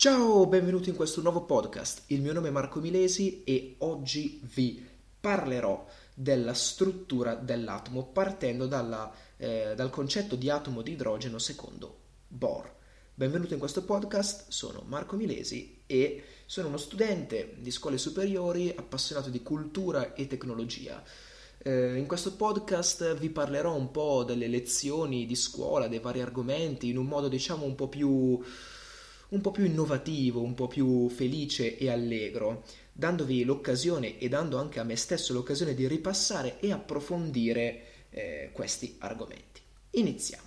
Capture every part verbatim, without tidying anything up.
Ciao, benvenuti in questo nuovo podcast. Il mio nome è Marco Milesi e oggi vi parlerò della struttura dell'atomo partendo dalla, eh, dal concetto di atomo di idrogeno secondo Bohr. Benvenuto in questo podcast, sono Marco Milesi e sono uno studente di scuole superiori appassionato di cultura e tecnologia. Eh, in questo podcast vi parlerò un po' delle lezioni di scuola, dei vari argomenti, in un modo diciamo un po' più un po' più innovativo, un po' più felice e allegro, dandovi l'occasione e dando anche a me stesso l'occasione di ripassare e approfondire eh, questi argomenti. Iniziamo.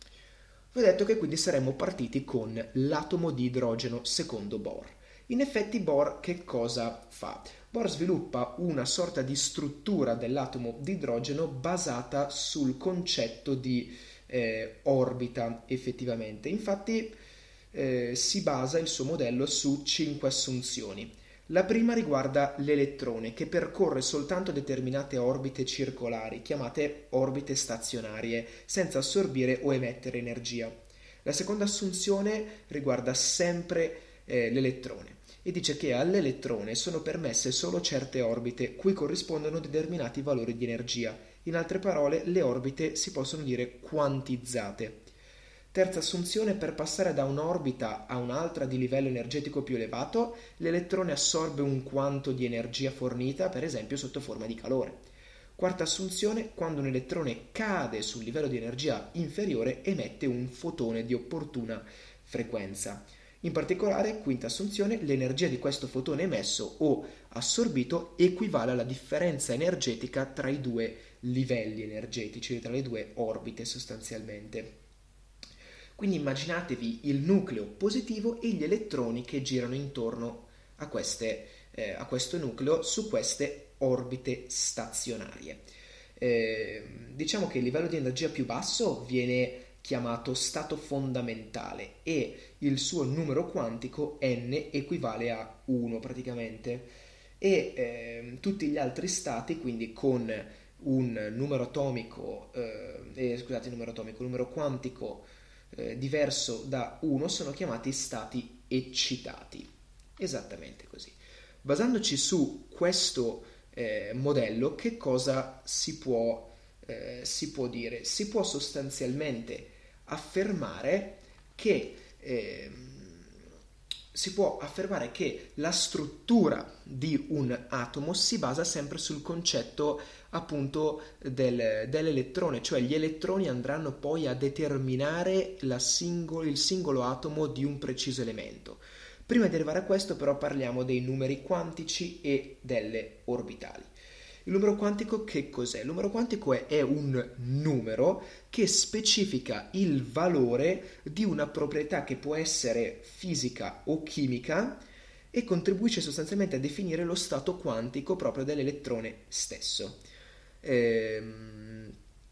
Vi ho detto che quindi saremmo partiti con l'atomo di idrogeno secondo Bohr. In effetti Bohr che cosa fa? Bohr sviluppa una sorta di struttura dell'atomo di idrogeno basata sul concetto di eh, orbita effettivamente. Infatti Eh, si basa il suo modello su cinque assunzioni. La prima riguarda l'elettrone che percorre soltanto determinate orbite circolari, chiamate orbite stazionarie, senza assorbire o emettere energia. La seconda assunzione riguarda sempre eh, l'elettrone e dice che all'elettrone sono permesse solo certe orbite cui corrispondono determinati valori di energia. In altre parole, le orbite si possono dire quantizzate. Terza assunzione: per passare da un'orbita a un'altra di livello energetico più elevato, l'elettrone assorbe un quanto di energia fornita, per esempio sotto forma di calore. Quarta assunzione: quando un elettrone cade sul livello di energia inferiore, emette un fotone di opportuna frequenza. In particolare, quinta assunzione, l'energia di questo fotone emesso o assorbito equivale alla differenza energetica tra i due livelli energetici, tra le due orbite sostanzialmente. Quindi immaginatevi il nucleo positivo e gli elettroni che girano intorno a, queste, eh, a questo nucleo su queste orbite stazionarie. Eh, diciamo che il livello di energia più basso viene chiamato stato fondamentale e il suo numero quantico n equivale a uno praticamente e eh, tutti gli altri stati, quindi con un numero atomico, eh, scusate, numero atomico, numero quantico Eh, diverso da uno, sono chiamati stati eccitati. Esattamente così. Basandoci su questo eh, modello, che cosa si può, eh, si può dire? Si può sostanzialmente affermare che eh, si può affermare che la struttura di un atomo si basa sempre sul concetto appunto del, dell'elettrone, cioè gli elettroni andranno poi a determinare la singolo, il singolo atomo di un preciso elemento. Prima di arrivare a questo però parliamo dei numeri quantici e delle orbitali. Il numero quantico che cos'è? Il numero quantico è, è un numero che specifica il valore di una proprietà che può essere fisica o chimica e contribuisce sostanzialmente a definire lo stato quantico proprio dell'elettrone stesso. Ehm,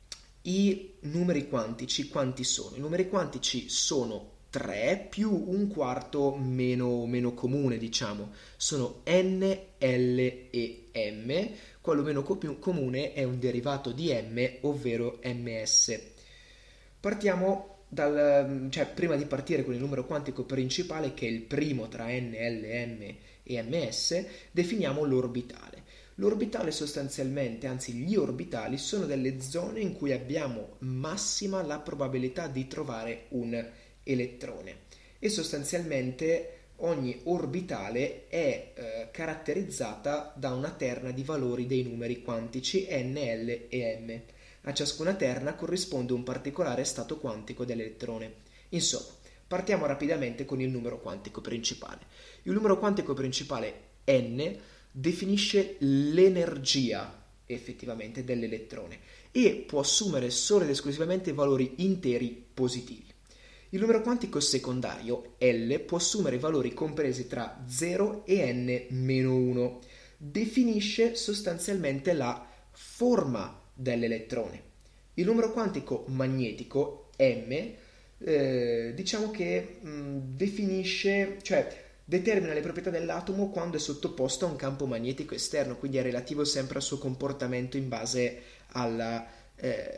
I numeri quantici quanti sono? I numeri quantici sono tre più un quarto meno, meno comune, diciamo. Sono n, l e m. Quello meno comune è un derivato di m, ovvero ms. Partiamo dal, cioè prima di partire con il numero quantico principale, che è il primo tra n, l, m e ms, definiamo l'orbitale. L'orbitale sostanzialmente, anzi gli orbitali, sono delle zone in cui abbiamo massima la probabilità di trovare un elettrone e sostanzialmente ogni orbitale è eh, caratterizzata da una terna di valori dei numeri quantici n, l e m. A ciascuna terna corrisponde un particolare stato quantico dell'elettrone. Insomma, partiamo rapidamente con il numero quantico principale. Il numero quantico principale n definisce l'energia effettivamente dell'elettrone e può assumere solo ed esclusivamente valori interi positivi. Il numero quantico secondario L può assumere valori compresi tra zero e n meno uno. Definisce sostanzialmente la forma dell'elettrone. Il numero quantico magnetico M eh, diciamo che mh, definisce, cioè determina le proprietà dell'atomo quando è sottoposto a un campo magnetico esterno, quindi è relativo sempre al suo comportamento in base alla, eh,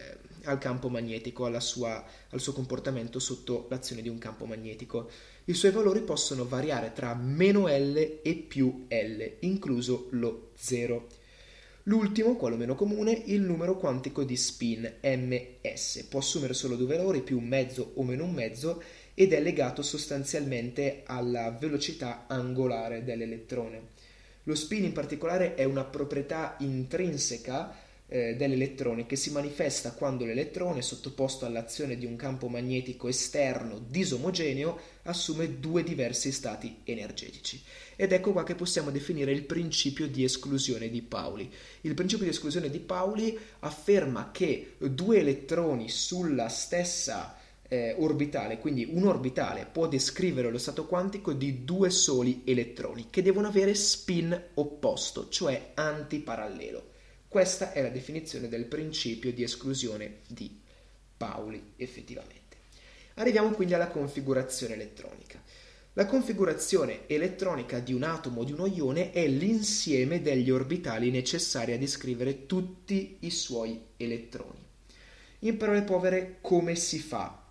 al campo magnetico, alla sua, al suo comportamento sotto l'azione di un campo magnetico. I suoi valori possono variare tra meno L e più L, incluso lo zero. L'ultimo, quello meno comune, il numero quantico di spin, ms. Può assumere solo due valori, più un mezzo o meno un mezzo, ed è legato sostanzialmente alla velocità angolare dell'elettrone. Lo spin in particolare è una proprietà intrinseca eh, dell'elettrone che si manifesta quando l'elettrone, sottoposto all'azione di un campo magnetico esterno disomogeneo, assume due diversi stati energetici. Ed ecco qua che possiamo definire il principio di esclusione di Pauli. Il principio di esclusione di Pauli afferma che due elettroni sulla stessa eh, orbitale, quindi un orbitale, può descrivere lo stato quantico di due soli elettroni che devono avere spin opposto, cioè antiparallelo. Questa è la definizione del principio di esclusione di Pauli, effettivamente. Arriviamo quindi alla configurazione elettronica. La configurazione elettronica di un atomo o di uno ione è l'insieme degli orbitali necessari a descrivere tutti i suoi elettroni. In parole povere, come si fa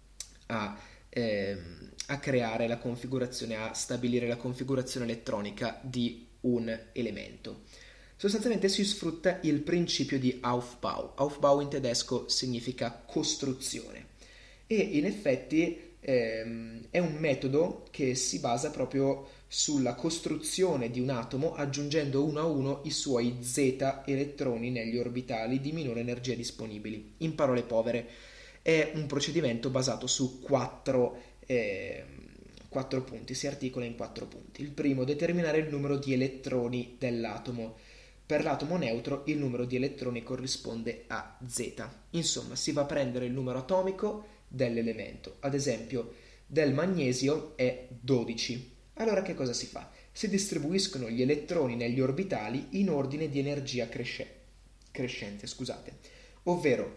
a, ehm, a creare la configurazione, a stabilire la configurazione elettronica di un elemento? Sostanzialmente si sfrutta il principio di Aufbau. Aufbau in tedesco significa costruzione e in effetti ehm, è un metodo che si basa proprio sulla costruzione di un atomo aggiungendo uno a uno i suoi z elettroni negli orbitali di minore energia disponibili. In parole povere è un procedimento basato su quattro, eh, quattro punti, si articola in quattro punti. Il primo, determinare il numero di elettroni dell'atomo. Per l'atomo neutro il numero di elettroni corrisponde a z. Insomma, si va a prendere il numero atomico dell'elemento. Ad esempio, del magnesio è dodici. Allora che cosa si fa? Si distribuiscono gli elettroni negli orbitali in ordine di energia cresce- crescente, scusate. Ovvero,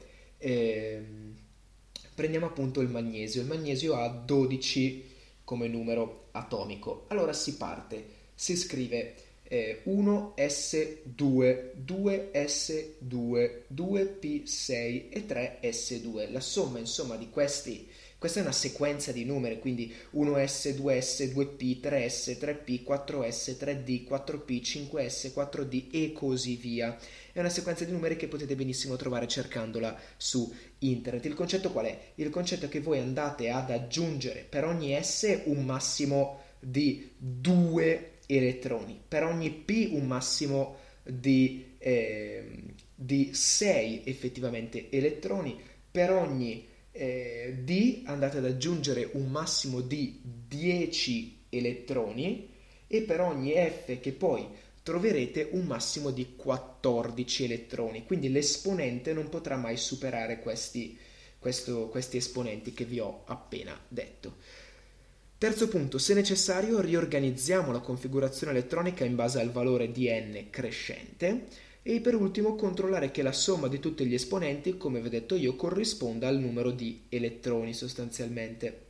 ehm, prendiamo appunto il magnesio. Il magnesio ha dodici come numero atomico. Allora si parte, si scrive uno S due, due S due, due P sei e tre S due. La somma insomma di questi, questa è una sequenza di numeri, quindi uno S, due S, due P, tre S, tre P, quattro S, tre D, quattro P, cinque S, quattro D e così via. È una sequenza di numeri che potete benissimo trovare cercandola su internet. Il concetto qual è? Il concetto è che voi andate ad aggiungere per ogni S un massimo di due elettroni, per ogni P un massimo di, eh, di sei effettivamente elettroni, per ogni eh, D andate ad aggiungere un massimo di dieci elettroni e per ogni F che poi troverete un massimo di quattordici elettroni, quindi l'esponente non potrà mai superare questi, questo, questi esponenti che vi ho appena detto. Terzo punto, se necessario riorganizziamo la configurazione elettronica in base al valore di n crescente e per ultimo controllare che la somma di tutti gli esponenti, come vi ho detto io, corrisponda al numero di elettroni sostanzialmente.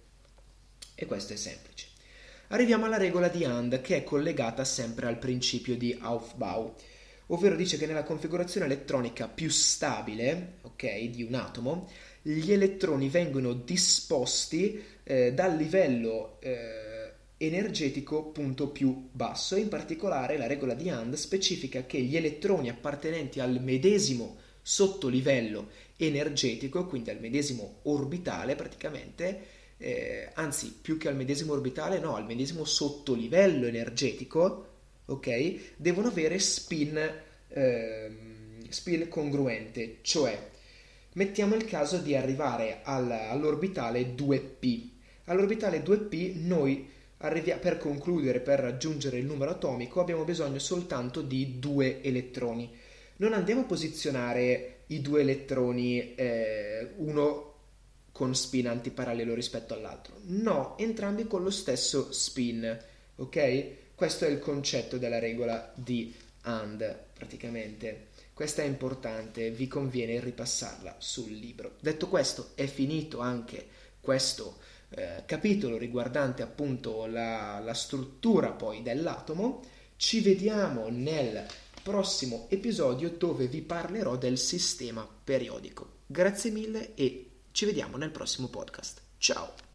E questo è semplice. Arriviamo alla regola di And che è collegata sempre al principio di Aufbau, ovvero dice che nella configurazione elettronica più stabile, ok, di un atomo, gli elettroni vengono disposti eh, dal livello eh, energetico punto più basso. In particolare la regola di And specifica che gli elettroni appartenenti al medesimo sottolivello energetico, quindi al medesimo orbitale praticamente, eh, anzi più che al medesimo orbitale, no, al medesimo sottolivello energetico, ok, devono avere spin, eh, spin congruente, cioè mettiamo il caso di arrivare al, all'orbitale due P. All'orbitale due P noi arriviamo, per concludere, per raggiungere il numero atomico, abbiamo bisogno soltanto di due elettroni. Non andiamo a posizionare i due elettroni, eh, uno con spin antiparallelo rispetto all'altro. No, entrambi con lo stesso spin, ok? Questo è il concetto della regola di And, praticamente. Questa è importante, vi conviene ripassarla sul libro. Detto questo, è finito anche questo eh, capitolo riguardante appunto la, la struttura poi dell'atomo. Ci vediamo nel prossimo episodio dove vi parlerò del sistema periodico. Grazie mille e ci vediamo nel prossimo podcast. Ciao!